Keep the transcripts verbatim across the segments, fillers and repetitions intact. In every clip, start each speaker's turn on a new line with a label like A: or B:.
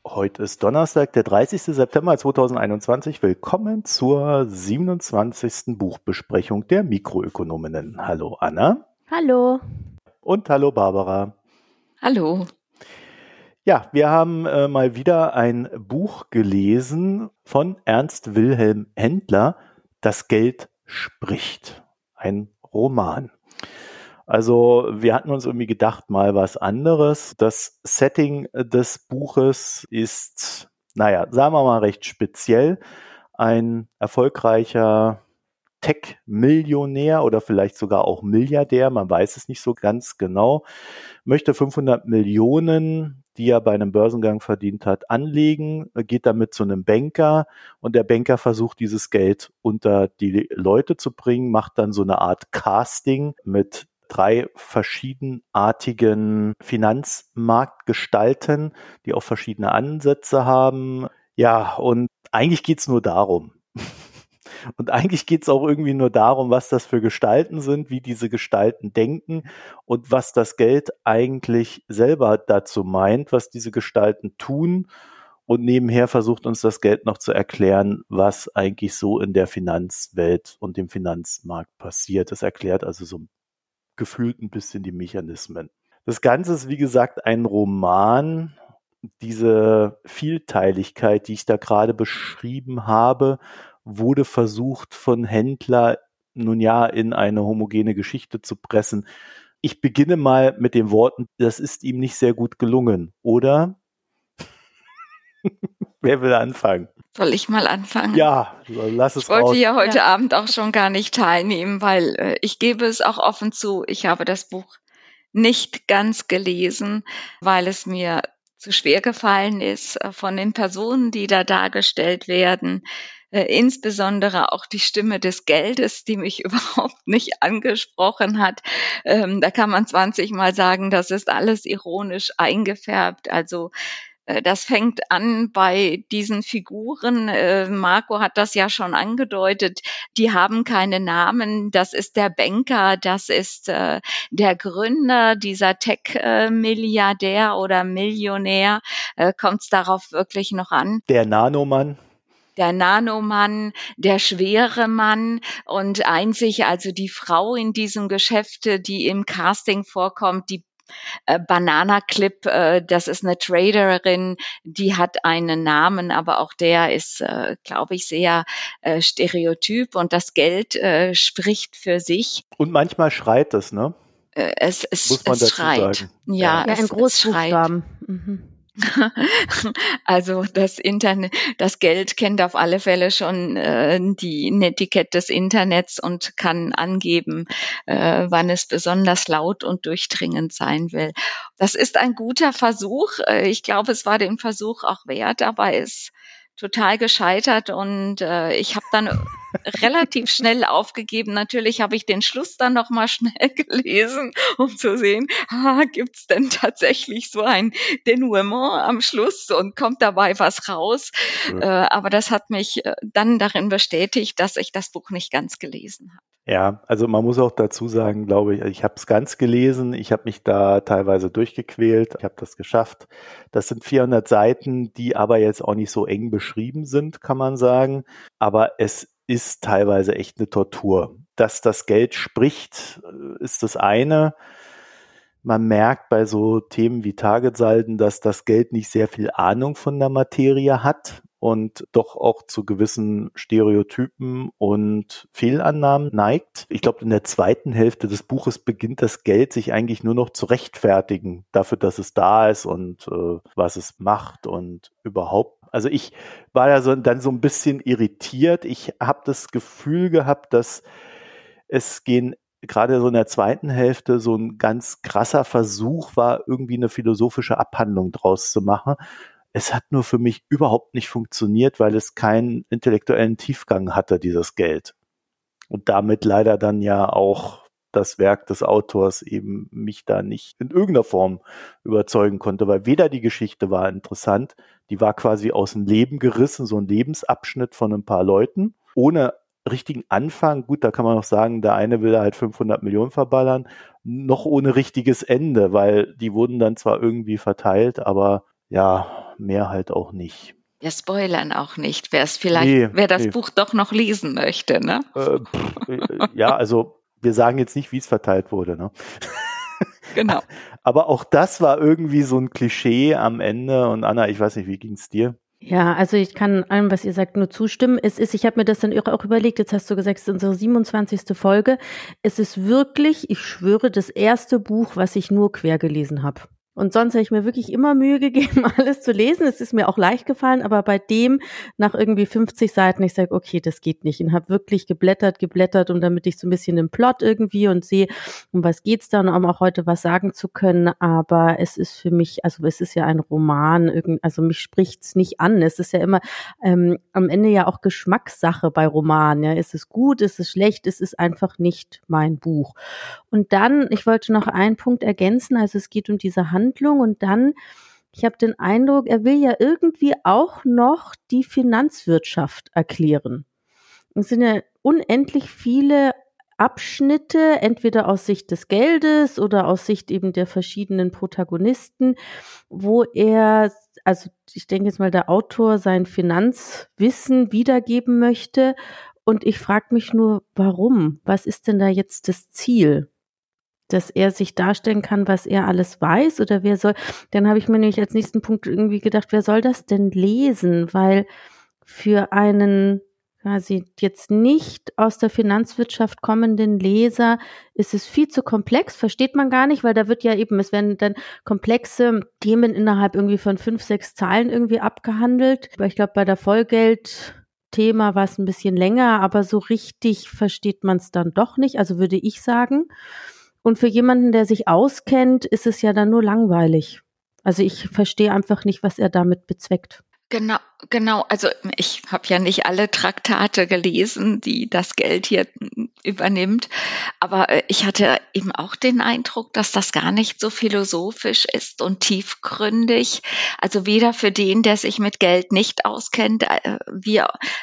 A: Heute ist Donnerstag, der dreißigster September zweitausendeinundzwanzig. Willkommen zur siebenundzwanzigsten Buchbesprechung der Mikroökonominnen. Hallo Anna.
B: Hallo.
A: Und hallo Barbara.
C: Hallo.
A: Ja, wir haben äh, mal wieder ein Buch gelesen von Ernst Wilhelm Händler, Das Geld spricht. Ein Roman. Also wir hatten uns irgendwie gedacht, mal was anderes. Das Setting des Buches ist, naja, sagen wir mal recht speziell. Ein erfolgreicher Tech-Millionär oder vielleicht sogar auch Milliardär, man weiß es nicht so ganz genau, möchte fünfhundert Millionen, die er bei einem Börsengang verdient hat, anlegen, geht damit zu einem Banker und der Banker versucht, dieses Geld unter die Leute zu bringen, macht dann so eine Art Casting mit drei verschiedenartigen Finanzmarktgestalten, die auch verschiedene Ansätze haben. Ja, und eigentlich geht's nur darum. Und eigentlich geht's auch irgendwie nur darum, was das für Gestalten sind, wie diese Gestalten denken und was das Geld eigentlich selber dazu meint, was diese Gestalten tun. Und nebenher versucht uns das Geld noch zu erklären, was eigentlich so in der Finanzwelt und dem Finanzmarkt passiert. Das erklärt also so gefühlt ein bisschen die Mechanismen. Das Ganze ist, wie gesagt, ein Roman. Diese Vielteiligkeit, die ich da gerade beschrieben habe, wurde versucht von Händler nun ja in eine homogene Geschichte zu pressen. Ich beginne mal mit den Worten, das ist ihm nicht sehr gut gelungen, oder? Wer will anfangen?
C: Soll ich mal anfangen?
A: Ja, lass es
C: Ich wollte
A: aus.
C: ja heute
B: Ja.
C: Abend auch schon gar nicht teilnehmen, weil äh, ich gebe es auch offen zu, ich habe das Buch nicht ganz gelesen, weil es mir zu schwer gefallen ist äh, von den Personen, die da dargestellt werden. Äh, insbesondere auch die Stimme des Geldes, die mich überhaupt nicht angesprochen hat. Ähm, da kann man zwanzig Mal sagen, das ist alles ironisch eingefärbt. Also äh, das fängt an bei diesen Figuren. Äh, Marco hat das ja schon angedeutet. Die haben keine Namen. Das ist der Banker, das ist äh, der Gründer, dieser Tech-Milliardär oder Millionär. Äh, Kommt es darauf wirklich noch an?
A: Der Nanomann.
C: Der Nanomann, der schwere Mann und einzig also die Frau in diesem Geschäfte, die im Casting vorkommt, die äh, Banana Clip, äh, das ist eine Traderin, die hat einen Namen, aber auch der ist, äh, glaube ich, sehr äh, stereotyp und das Geld äh, spricht für sich.
A: Und manchmal schreit es, ne?
C: Äh, es es,
A: Muss man
C: es
A: dazu
C: schreit.
A: sagen.
C: Ja,
B: Ja,
C: es,
B: in
C: es schreit.
B: Großbuchstaben. Mhm.
C: Also das Internet, das Geld kennt auf alle Fälle schon äh, die Netiquette des Internets und kann angeben, äh, wann es besonders laut und durchdringend sein will. Das ist ein guter Versuch. Äh, ich glaube, es war den Versuch auch wert, aber er ist total gescheitert und äh, ich habe dann relativ schnell aufgegeben. Natürlich habe ich den Schluss dann noch mal schnell gelesen, um zu sehen, ah, gibt's denn tatsächlich so ein Denouement am Schluss und kommt dabei was raus?
A: Ja.
C: Äh, aber das hat mich äh, dann darin bestätigt, dass ich das Buch nicht ganz gelesen habe.
A: Ja, also man muss auch dazu sagen, glaube ich, ich habe es ganz gelesen, ich habe mich da teilweise durchgequält, ich habe das geschafft. Das sind vierhundert Seiten, die aber jetzt auch nicht so eng beschrieben sind, kann man sagen. Aber es ist teilweise echt eine Tortur. Dass das Geld spricht, ist das eine. Man merkt bei so Themen wie Targetsalden, dass das Geld nicht sehr viel Ahnung von der Materie hat und doch auch zu gewissen Stereotypen und Fehlannahmen neigt. Ich glaube, in der zweiten Hälfte des Buches beginnt das Geld sich eigentlich nur noch zu rechtfertigen dafür, dass es da ist und äh, was es macht und überhaupt. Also ich war ja so, dann so ein bisschen irritiert. Ich habe das Gefühl gehabt, dass es gehen gerade so in der zweiten Hälfte so ein ganz krasser Versuch war, irgendwie eine philosophische Abhandlung draus zu machen. Es hat nur für mich überhaupt nicht funktioniert, weil es keinen intellektuellen Tiefgang hatte, dieses Geld. Und damit leider dann ja auch das Werk des Autors eben mich da nicht in irgendeiner Form überzeugen konnte, weil weder die Geschichte war interessant, die war quasi aus dem Leben gerissen, so ein Lebensabschnitt von ein paar Leuten, ohne richtigen Anfang. Gut, da kann man noch sagen, der eine will halt fünfhundert Millionen verballern, noch ohne richtiges Ende, weil die wurden dann zwar irgendwie verteilt, aber ja, mehr halt auch nicht.
C: Wir spoilern auch nicht, wer es vielleicht,
A: Nee,
C: wer das
A: nee.
C: Buch doch noch lesen möchte, ne?
A: Äh, pff, äh, ja, also wir sagen jetzt nicht, wie es verteilt wurde, ne?
C: Genau.
A: Aber auch das war irgendwie so ein Klischee am Ende. Und Anna, ich weiß nicht, wie ging es dir?
B: Ja, also ich kann allem, was ihr sagt, nur zustimmen. Es ist, ich habe mir das dann auch überlegt, jetzt hast du gesagt, es ist unsere siebenundzwanzigste Folge. Es ist wirklich, ich schwöre, das erste Buch, was ich nur quer gelesen habe. Und sonst habe ich mir wirklich immer Mühe gegeben, alles zu lesen. Es ist mir auch leicht gefallen, aber bei dem nach irgendwie fünfzig Seiten, ich sage, okay, das geht nicht. Und habe wirklich geblättert, geblättert, und damit ich so ein bisschen den Plot irgendwie und sehe, um was geht's da, und um auch heute was sagen zu können. Aber es ist für mich, also es ist ja ein Roman, irgend, also mich spricht's nicht an. Es ist ja immer ähm, am Ende ja auch Geschmackssache bei Romanen. Ja, ist es gut, ist es schlecht, ist es einfach nicht mein Buch. Und dann, ich wollte noch einen Punkt ergänzen, also es geht um diese Handlung, und dann, ich habe den Eindruck, er will ja irgendwie auch noch die Finanzwirtschaft erklären. Es sind ja unendlich viele Abschnitte, entweder aus Sicht des Geldes oder aus Sicht eben der verschiedenen Protagonisten, wo er, also ich denke jetzt mal, der Autor sein Finanzwissen wiedergeben möchte. Und ich frage mich nur, warum? Was ist denn da jetzt das Ziel? Dass er sich darstellen kann, was er alles weiß, oder wer soll, dann habe ich mir nämlich als nächsten Punkt irgendwie gedacht, wer soll das denn lesen? Weil für einen quasi jetzt nicht aus der Finanzwirtschaft kommenden Leser ist es viel zu komplex, versteht man gar nicht, weil da wird ja eben, es werden dann komplexe Themen innerhalb irgendwie von fünf, sechs Zeilen irgendwie abgehandelt. Aber ich glaube, bei der Vollgeld Thema war es ein bisschen länger, aber so richtig versteht man es dann doch nicht, also würde ich sagen. Und für jemanden, der sich auskennt, ist es ja dann nur langweilig. Also ich verstehe einfach nicht, was er damit bezweckt.
C: Genau, genau. Also ich habe ja nicht alle Traktate gelesen, die das Geld hier übernimmt, aber ich hatte eben auch den Eindruck, dass das gar nicht so philosophisch ist und tiefgründig. Also weder für den, der sich mit Geld nicht auskennt, wie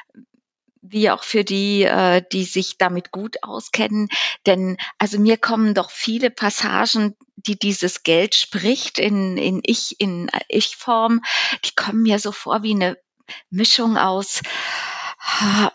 C: wie auch für die, äh, die sich damit gut auskennen. Denn also mir kommen doch viele Passagen, die dieses Geld spricht in, in Ich, in Ich-Form, die kommen mir so vor wie eine Mischung aus ha,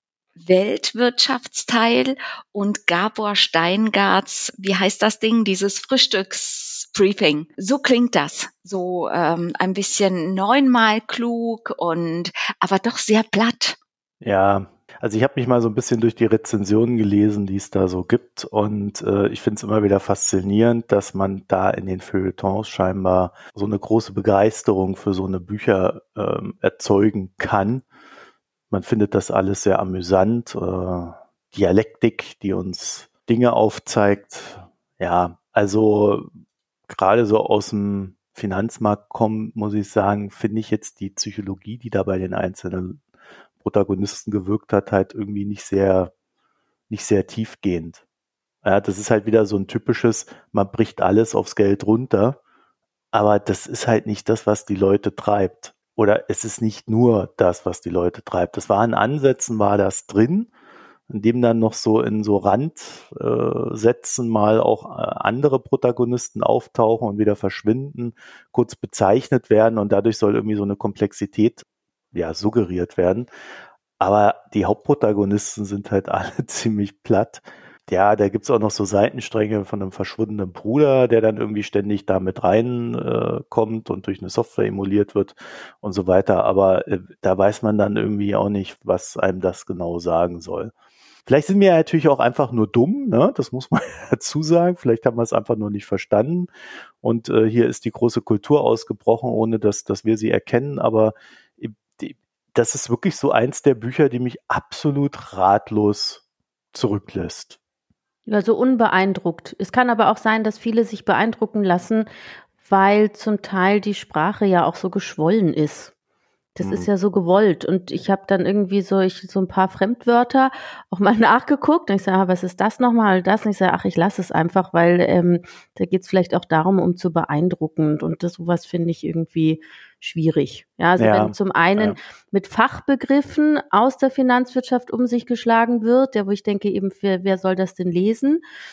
C: Weltwirtschaftsteil und Gabor Steingarts, wie heißt das Ding, dieses Frühstücksbriefing. So klingt das. So ähm, ein bisschen neunmal klug und aber doch sehr platt.
A: Ja, also ich habe mich mal so ein bisschen durch die Rezensionen gelesen, die es da so gibt, und äh, ich finde es immer wieder faszinierend, dass man da in den Feuilletons scheinbar so eine große Begeisterung für so eine Bücher ähm, erzeugen kann. Man findet das alles sehr amüsant, äh, Dialektik, die uns Dinge aufzeigt. Ja, also gerade so aus dem Finanzmarkt kommen, muss ich sagen, finde ich jetzt die Psychologie, die da bei den einzelnen Protagonisten gewirkt hat, halt irgendwie nicht sehr, nicht sehr tiefgehend. Ja, das ist halt wieder so ein typisches, man bricht alles aufs Geld runter, aber das ist halt nicht das, was die Leute treibt. Oder es ist nicht nur das, was die Leute treibt. Das war in Ansätzen, war das drin, in dem dann noch so in so Randsätzen äh, mal auch äh, andere Protagonisten auftauchen und wieder verschwinden, kurz bezeichnet werden, und dadurch soll irgendwie so eine Komplexität ja suggeriert werden. Aber die Hauptprotagonisten sind halt alle ziemlich platt. Ja, da gibt's auch noch so Seitenstränge von einem verschwundenen Bruder, der dann irgendwie ständig da mit reinkommt äh, und durch eine Software emuliert wird und so weiter. Aber äh, da weiß man dann irgendwie auch nicht, was einem das genau sagen soll. Vielleicht sind wir ja natürlich auch einfach nur dumm, ne? Das muss man dazu sagen. Vielleicht haben wir es einfach nur nicht verstanden. Und äh, hier ist die große Kultur ausgebrochen, ohne dass, dass wir sie erkennen. Aber die, das ist wirklich so eins der Bücher, die mich absolut ratlos zurücklässt.
B: Also unbeeindruckt. Es kann aber auch sein, dass viele sich beeindrucken lassen, weil zum Teil die Sprache ja auch so geschwollen ist. Das hm. ist ja so gewollt. Und ich habe dann irgendwie so ich so ein paar Fremdwörter auch mal nachgeguckt. Und ich sage, ah, was ist das nochmal? Das. Und ich sage, ach, ich lasse es einfach, weil ähm, da geht es vielleicht auch darum, um zu beeindrucken. Und das sowas finde ich irgendwie schwierig. Ja, also ja. wenn zum einen ja. mit Fachbegriffen aus der Finanzwirtschaft um sich geschlagen wird, ja, wo ich denke eben, für, wer soll das denn lesen?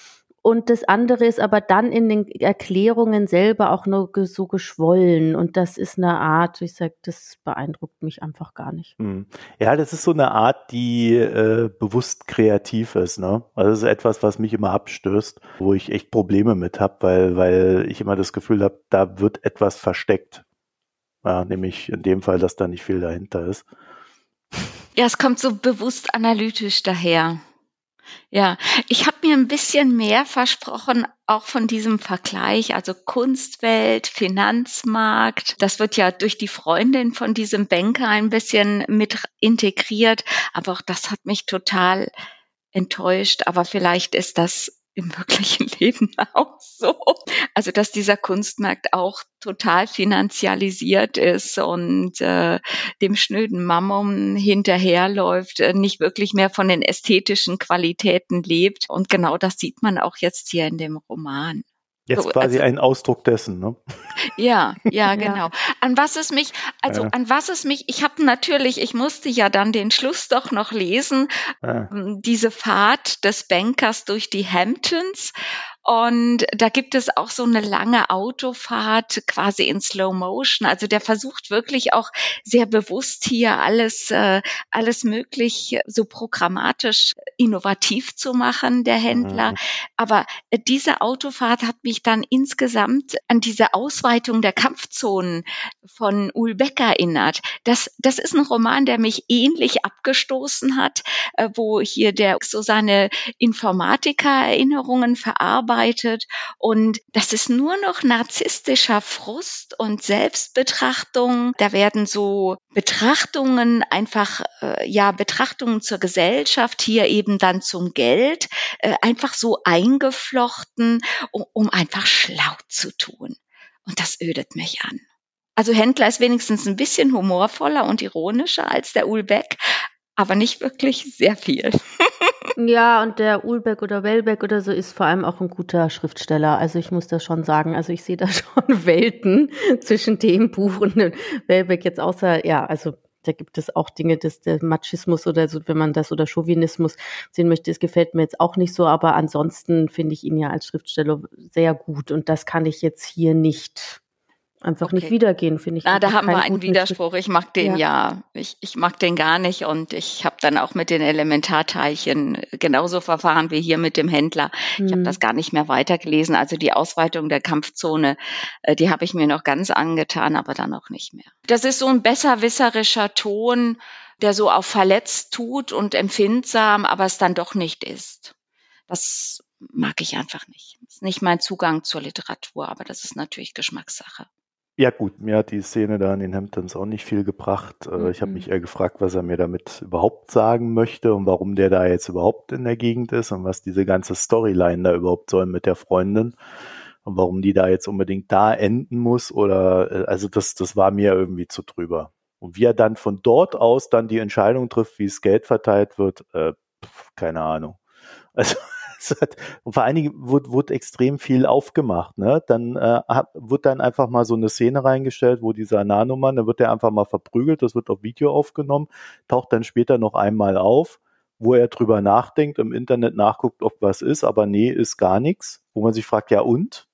B: Und das andere ist aber dann in den Erklärungen selber auch nur so geschwollen. Und das ist eine Art, ich sag, das beeindruckt mich einfach gar nicht.
A: Ja, das ist so eine Art, die äh, bewusst kreativ ist, ne? Also das ist etwas, was mich immer abstößt, wo ich echt Probleme mit habe, weil, weil ich immer das Gefühl habe, da wird etwas versteckt. Ja, nämlich in dem Fall, dass da nicht viel dahinter ist.
C: Ja, es kommt so bewusst analytisch daher. Ja, ich habe mir ein bisschen mehr versprochen, auch von diesem Vergleich, also Kunstwelt, Finanzmarkt. Das wird ja durch die Freundin von diesem Banker ein bisschen mit integriert, aber auch das hat mich total enttäuscht. Aber vielleicht ist das im wirklichen Leben auch so. Also, dass dieser Kunstmarkt auch total finanzialisiert ist und äh, dem schnöden Mammon hinterherläuft, äh, nicht wirklich mehr von den ästhetischen Qualitäten lebt. Und genau das sieht man auch jetzt hier in dem Roman.
A: Jetzt
C: So,
A: quasi
C: also,
A: ein Ausdruck dessen, ne?
C: ja, ja,
B: Ja.
C: genau. An was es mich, also
A: Ja.
C: an was es mich, ich habe natürlich, ich musste ja dann den Schluss doch noch lesen,
A: Ja.
C: diese Fahrt des Bankers durch die Hamptons. Und da gibt es auch so eine lange Autofahrt quasi in Slow Motion. Also der versucht wirklich auch sehr bewusst hier alles, äh, alles möglich so programmatisch innovativ zu machen, der Händler.
A: Mhm.
C: Aber äh, diese Autofahrt hat mich dann insgesamt an diese Ausweitung der Kampfzonen von Ulbeck erinnert. Das, das ist ein Roman, der mich ähnlich abgestoßen hat, äh, wo hier der so seine Informatiker-Erinnerungen verarbeitet. Und das ist nur noch narzisstischer Frust und Selbstbetrachtung. Da werden so Betrachtungen einfach, äh, ja, Betrachtungen zur Gesellschaft, hier eben dann zum Geld, äh, einfach so eingeflochten, um, um einfach schlau zu tun. Und das ödet mich an. Also Händler ist wenigstens ein bisschen humorvoller und ironischer als der Ulbeck, aber nicht wirklich sehr viel.
B: Ja, und der Ulbeck oder Welbeck oder so ist vor allem auch ein guter Schriftsteller. Also ich muss das schon sagen. Also ich sehe da schon Welten zwischen dem Buch und dem Welbeck jetzt außer, ja, also da gibt es auch Dinge, dass der Machismus oder so, wenn man das oder Chauvinismus sehen möchte, das gefällt mir jetzt auch nicht so, aber ansonsten finde ich ihn ja als Schriftsteller sehr gut und das kann ich jetzt hier nicht einfach
C: Okay.
B: nicht wiedergehen, finde ich.
C: Na, da
B: einfach
C: haben wir
B: keinen
C: einen
B: guten
C: Widerspruch. Ich mag den
B: Ja.
C: ja, ich, ich mag den gar nicht und ich habe dann auch mit den Elementarteilchen genauso verfahren wie hier mit dem Händler. Ich habe
B: Hm.
C: das gar nicht mehr weitergelesen. Also die Ausweitung der Kampfzone, äh, die habe ich mir noch ganz angetan, aber dann auch nicht mehr. Das ist so ein besserwisserischer Ton, der so auf verletzt tut und empfindsam, aber es dann doch nicht ist. Das mag ich einfach nicht. Das ist nicht mein Zugang zur Literatur, aber das ist natürlich Geschmackssache.
A: Ja gut, mir hat die Szene da in den Hamptons auch nicht viel gebracht. Äh, Ich habe
B: Mhm.
A: mich eher gefragt, was er mir damit überhaupt sagen möchte und warum der da jetzt überhaupt in der Gegend ist und was diese ganze Storyline da überhaupt soll mit der Freundin und warum die da jetzt unbedingt da enden muss oder äh, also das, das war mir irgendwie zu drüber. Und wie er dann von dort aus dann die Entscheidung trifft, wie das Geld verteilt wird, äh, pf, keine Ahnung. Also es hat, und vor allen Dingen wurde, wurde extrem viel aufgemacht. Ne? Dann äh, hat, wird dann einfach mal so eine Szene reingestellt, wo dieser Nanomann, da wird der einfach mal verprügelt, das wird auf Video aufgenommen, taucht dann später noch einmal auf, wo er drüber nachdenkt, im Internet nachguckt, ob was ist, aber nee, ist gar nichts. Wo man sich fragt, ja und?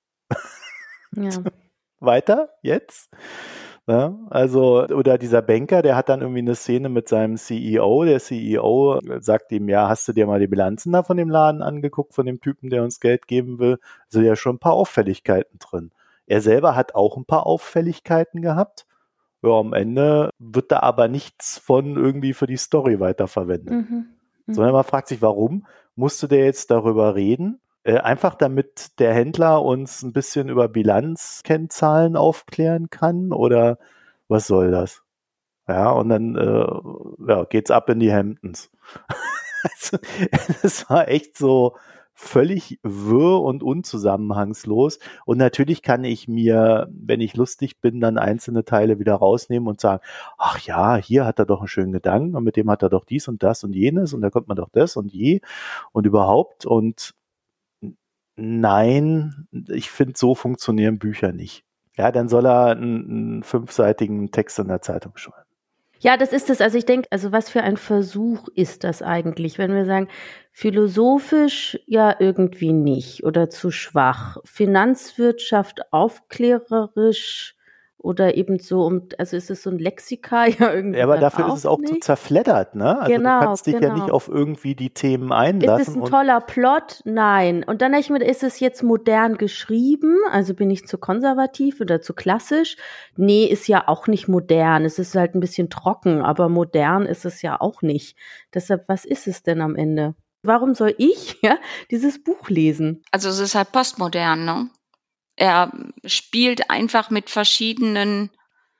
B: Ja.
A: Weiter? Jetzt? Ja, also, oder dieser Banker, der hat dann irgendwie eine Szene mit seinem C E O. Der C E O sagt ihm, ja, hast du dir mal die Bilanzen da von dem Laden angeguckt, von dem Typen, der uns Geld geben will? Also ja schon ein paar Auffälligkeiten drin. Er selber hat auch ein paar Auffälligkeiten gehabt. Ja, am Ende wird da aber nichts von irgendwie für die Story weiterverwendet.
B: Mhm. Mhm.
A: Sondern man fragt sich, warum musste der jetzt darüber reden? Äh, einfach damit der Händler uns ein bisschen über Bilanzkennzahlen aufklären kann oder was soll das? Ja, und dann äh, ja, geht's ab in die Hamptons. Also, das war echt so völlig wirr und unzusammenhangslos. Und natürlich kann ich mir, wenn ich lustig bin, dann einzelne Teile wieder rausnehmen und sagen, ach ja, hier hat er doch einen schönen Gedanken und mit dem hat er doch dies und das und jenes und da kommt man doch das und je und überhaupt. Und nein, ich finde, so funktionieren Bücher nicht. Ja, dann soll er einen, einen fünfseitigen Text in der Zeitung schreiben.
B: Ja, das ist es. Also ich denke, also was für ein Versuch ist das eigentlich, wenn wir sagen, philosophisch ja irgendwie nicht oder zu schwach, Finanzwirtschaft aufklärerisch oder eben so um, also ist es so ein Lexika ja irgendwie
A: Ja, aber
B: dann
A: dafür ist
B: auch
A: es auch zu
B: nicht.
A: zerfleddert, ne? Also du
B: Genau,
A: kannst dich ja nicht
B: genau.
A: auf irgendwie die Themen
B: Ist es
A: einlassen
B: ein
A: und
B: toller Plot? Nein. Und dann denke ich mir, ist es jetzt modern geschrieben? Also bin ich zu konservativ oder zu klassisch? Nee, ist ja auch nicht modern. Es ist halt ein bisschen trocken, aber modern ist es ja auch nicht. Deshalb, was ist es denn am Ende? Warum soll ich ja dieses Buch lesen?
C: Also es ist halt postmodern, ne? Er spielt einfach mit verschiedenen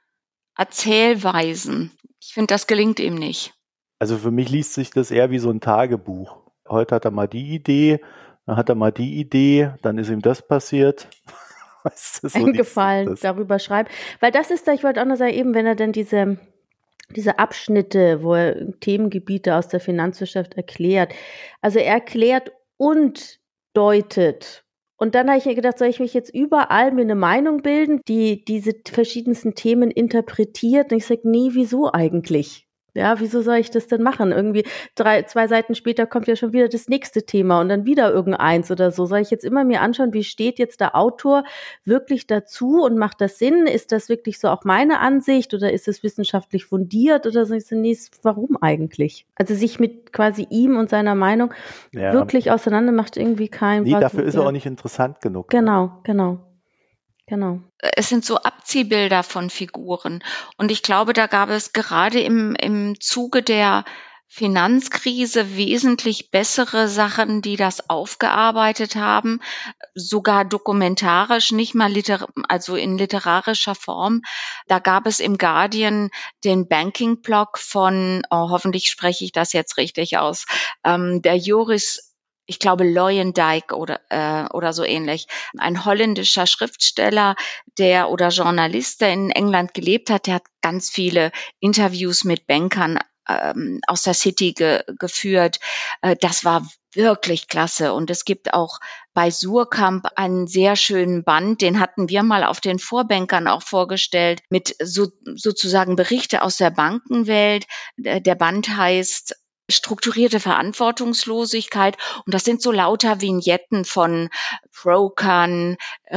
C: Erzählweisen. Ich finde, das gelingt ihm nicht.
A: also für mich liest sich das eher wie so ein Tagebuch. Heute hat er mal die Idee, dann hat er mal die Idee, dann ist ihm das passiert. Weißt du, so liest sich
B: Eingefallen,
A: das.
B: darüber schreibt. Weil das ist da, ich wollte auch noch sagen, eben, wenn er dann diese, diese Abschnitte, wo er Themengebiete aus der Finanzwirtschaft erklärt. Also er erklärt und deutet. Und dann habe ich mir gedacht, soll ich mich jetzt überall mir eine Meinung bilden, die diese verschiedensten Themen interpretiert? Und ich sage, nee, wieso eigentlich? Ja, wieso soll ich das denn machen? Irgendwie drei, zwei Seiten später kommt ja schon wieder das nächste Thema und dann wieder irgendeins oder so. Soll ich jetzt immer mir anschauen, wie steht jetzt der Autor wirklich dazu und macht das Sinn? Ist das wirklich so auch meine Ansicht oder ist es wissenschaftlich fundiert oder so? Ich so, nee, warum eigentlich? Also sich mit quasi ihm und seiner Meinung
A: Ja.
B: wirklich auseinander macht irgendwie kein...
A: Nee, dafür ist er
B: ja.
A: auch nicht interessant genug. Ne?
B: Genau, genau, genau.
C: Es sind so Abziehbilder von Figuren. Und ich glaube, da gab es gerade im, im Zuge der Finanzkrise wesentlich bessere Sachen, die das aufgearbeitet haben, sogar dokumentarisch, nicht mal liter- also in literarischer Form. Da gab es im Guardian den Banking-Blog von, oh, hoffentlich spreche ich das jetzt richtig aus, ähm, der Joris, ich glaube Luyendijk oder äh, oder so ähnlich, ein holländischer Schriftsteller, der oder Journalist, der in England gelebt hat, der hat ganz viele Interviews mit Bankern ähm, aus der City ge- geführt. Äh, das war wirklich klasse. Und es gibt auch bei Suhrkamp einen sehr schönen Band, den hatten wir mal auf den Vorbankern auch vorgestellt, mit so, sozusagen Berichte aus der Bankenwelt. Der Band heißt Strukturierte Verantwortungslosigkeit. Und das sind so lauter Vignetten von Brokern,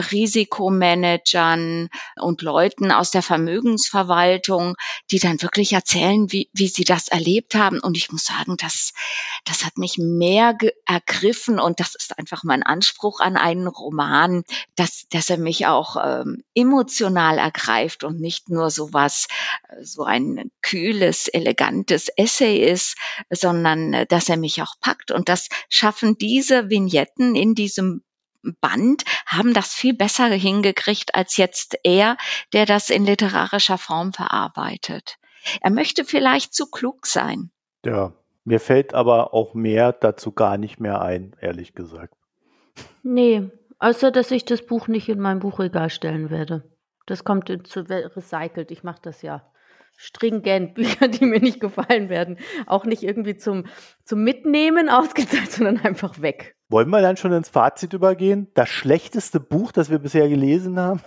C: Risikomanagern und Leuten aus der Vermögensverwaltung, die dann wirklich erzählen, wie, wie sie das erlebt haben. Und ich muss sagen, das, das hat mich mehr ge- ergriffen. Und das ist einfach mein Anspruch an einen Roman, dass, dass er mich auch ähm, emotional ergreift und nicht nur so was, so ein kühles, elegantes Essay ist, sondern äh, dass er mich auch packt. Und das schaffen diese Vignetten in diesem Band, haben das viel besser hingekriegt als jetzt er, der das in literarischer Form verarbeitet. Er möchte vielleicht zu klug sein.
A: Ja, mir fällt aber auch mehr dazu gar nicht mehr ein, ehrlich gesagt.
B: Nee, außer dass ich das Buch nicht in mein Buchregal stellen werde. Das kommt in zu recycelt. Ich mache das ja stringent. Bücher, die mir nicht gefallen werden, auch nicht irgendwie zum, zum Mitnehmen ausgeteilt, sondern einfach weg.
A: Wollen wir dann schon ins Fazit übergehen? Das schlechteste Buch, das wir bisher gelesen haben?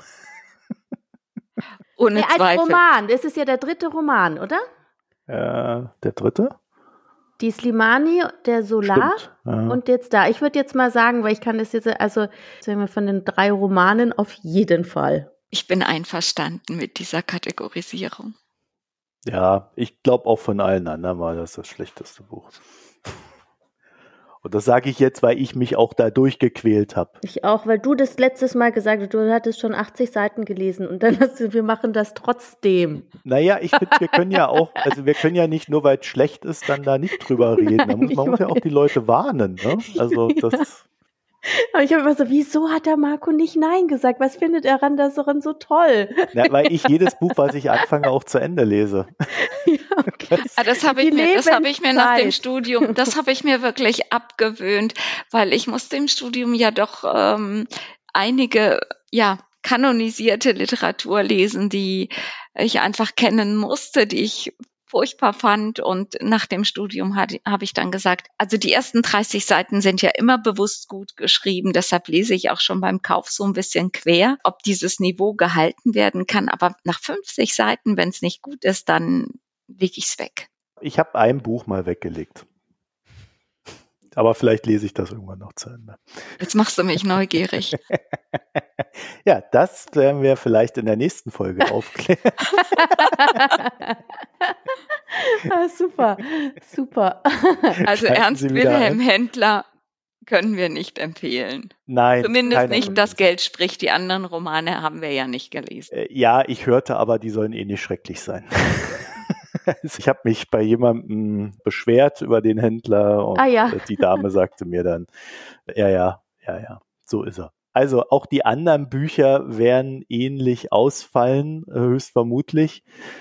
C: Ohne
B: Nee, als
C: Zweifel.
B: Roman. Das ist ja der dritte Roman, oder?
A: Äh, der dritte?
B: Die Slimani, der Solar
A: Stimmt, ja.
B: und jetzt da. Ich würde jetzt mal sagen, weil ich kann das jetzt, also sagen wir von den drei Romanen auf jeden Fall.
C: Ich bin einverstanden mit dieser Kategorisierung.
A: Ja, ich glaube auch von allen anderen war das das schlechteste Buch. Und das sage ich jetzt, weil ich mich auch da durchgequält habe.
B: Ich auch, weil du das letztes Mal gesagt hast, du hattest schon achtzig Seiten gelesen und dann hast du, wir machen das trotzdem.
A: Naja, ich finde, wir können ja auch, also wir können ja nicht nur, weil es schlecht ist, dann da nicht drüber reden. Da muss, man muss ja auch die Leute warnen, ne? Also das...
B: Aber ich habe immer so, wieso hat der Marco nicht Nein gesagt? Was findet er daran daran so toll?
A: Ja, weil ich jedes Buch, was ich anfange, auch zu Ende lese.
B: Ja, okay.
C: Ah, das habe ich
B: Die
C: mir, das habe ich mir nach dem
B: Lebenszeit.
C: Studium, das habe ich mir wirklich abgewöhnt, weil ich musste im Studium ja doch ähm, einige, ja, kanonisierte Literatur lesen, die ich einfach kennen musste, die ich furchtbar fand. Und nach dem Studium hat- habe ich dann gesagt, also die ersten dreißig Seiten sind ja immer bewusst gut geschrieben, deshalb lese ich auch schon beim Kauf so ein bisschen quer, ob dieses Niveau gehalten werden kann. Aber nach fünfzig Seiten, wenn es nicht gut ist, dann lege ich es weg.
A: Ich habe ein Buch mal weggelegt. Aber vielleicht lese ich das irgendwann noch zu Ende.
C: Jetzt machst du mich neugierig.
A: Ja, das werden wir vielleicht in der nächsten Folge aufklären.
B: Ah, super, super.
C: Also
A: Schalten
C: Ernst
A: Sie wieder
C: Wilhelm
A: ein.
C: Händler können wir nicht empfehlen.
A: Nein.
C: Zumindest
A: keiner
C: nicht
A: von
C: Das
A: uns.
C: Geld spricht. Die anderen Romane haben wir ja nicht gelesen.
A: Äh, Ja, ich hörte aber, die sollen eh nicht schrecklich sein. Also ich habe mich bei jemandem beschwert über den Händler und
B: Ah, ja.
A: die Dame sagte mir dann, ja, ja, ja, ja, so ist er. Also auch die anderen Bücher werden ähnlich ausfallen, äh, höchstvermutlich.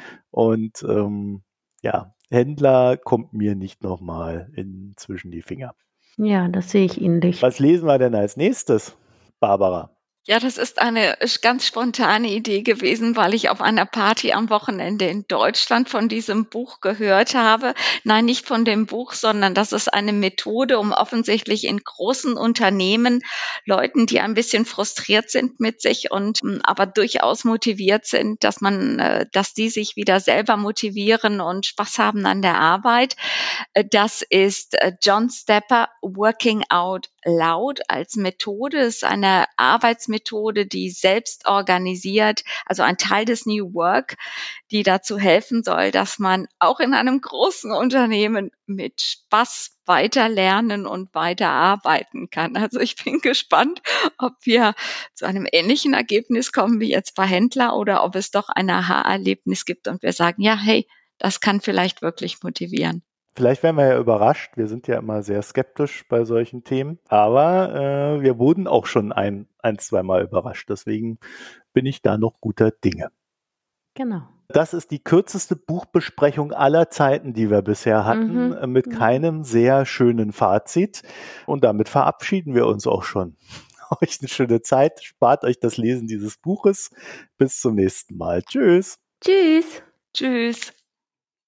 A: Und ähm, ja, Händler kommt mir nicht nochmal in zwischen die Finger.
B: Ja, das sehe ich ähnlich.
A: Was lesen wir denn als nächstes, Barbara?
C: Ja, das ist eine ganz spontane Idee gewesen, weil ich auf einer Party am Wochenende in Deutschland von diesem Buch gehört habe. Nein, nicht von dem Buch, sondern das ist eine Methode, um offensichtlich in großen Unternehmen Leuten, die ein bisschen frustriert sind mit sich und m, aber durchaus motiviert sind, dass man, äh, dass die sich wieder selber motivieren und Spaß haben an der Arbeit. Äh, Das ist äh, John Stepper Working Out Loud als Methode. Das ist eine Arbeitsmethode, die selbst organisiert, also ein Teil des New Work, die dazu helfen soll, dass man auch in einem großen Unternehmen mit Spaß weiter lernen und weiter arbeiten kann. Also ich bin gespannt, ob wir zu einem ähnlichen Ergebnis kommen wie jetzt bei Händler oder ob es doch ein Aha-Erlebnis gibt und wir sagen, ja, hey, das kann vielleicht wirklich motivieren.
A: Vielleicht werden wir ja überrascht. Wir sind ja immer sehr skeptisch bei solchen Themen. Aber äh, wir wurden auch schon ein, ein, zweimal überrascht. Deswegen bin ich da noch guter Dinge.
B: Genau.
A: Das ist die kürzeste Buchbesprechung aller Zeiten, die wir bisher hatten,
B: Mhm.
A: äh, mit keinem sehr schönen Fazit. Und damit verabschieden wir uns auch schon. Euch eine schöne Zeit. Spart euch das Lesen dieses Buches. Bis zum nächsten Mal. Tschüss.
B: Tschüss.
C: Tschüss.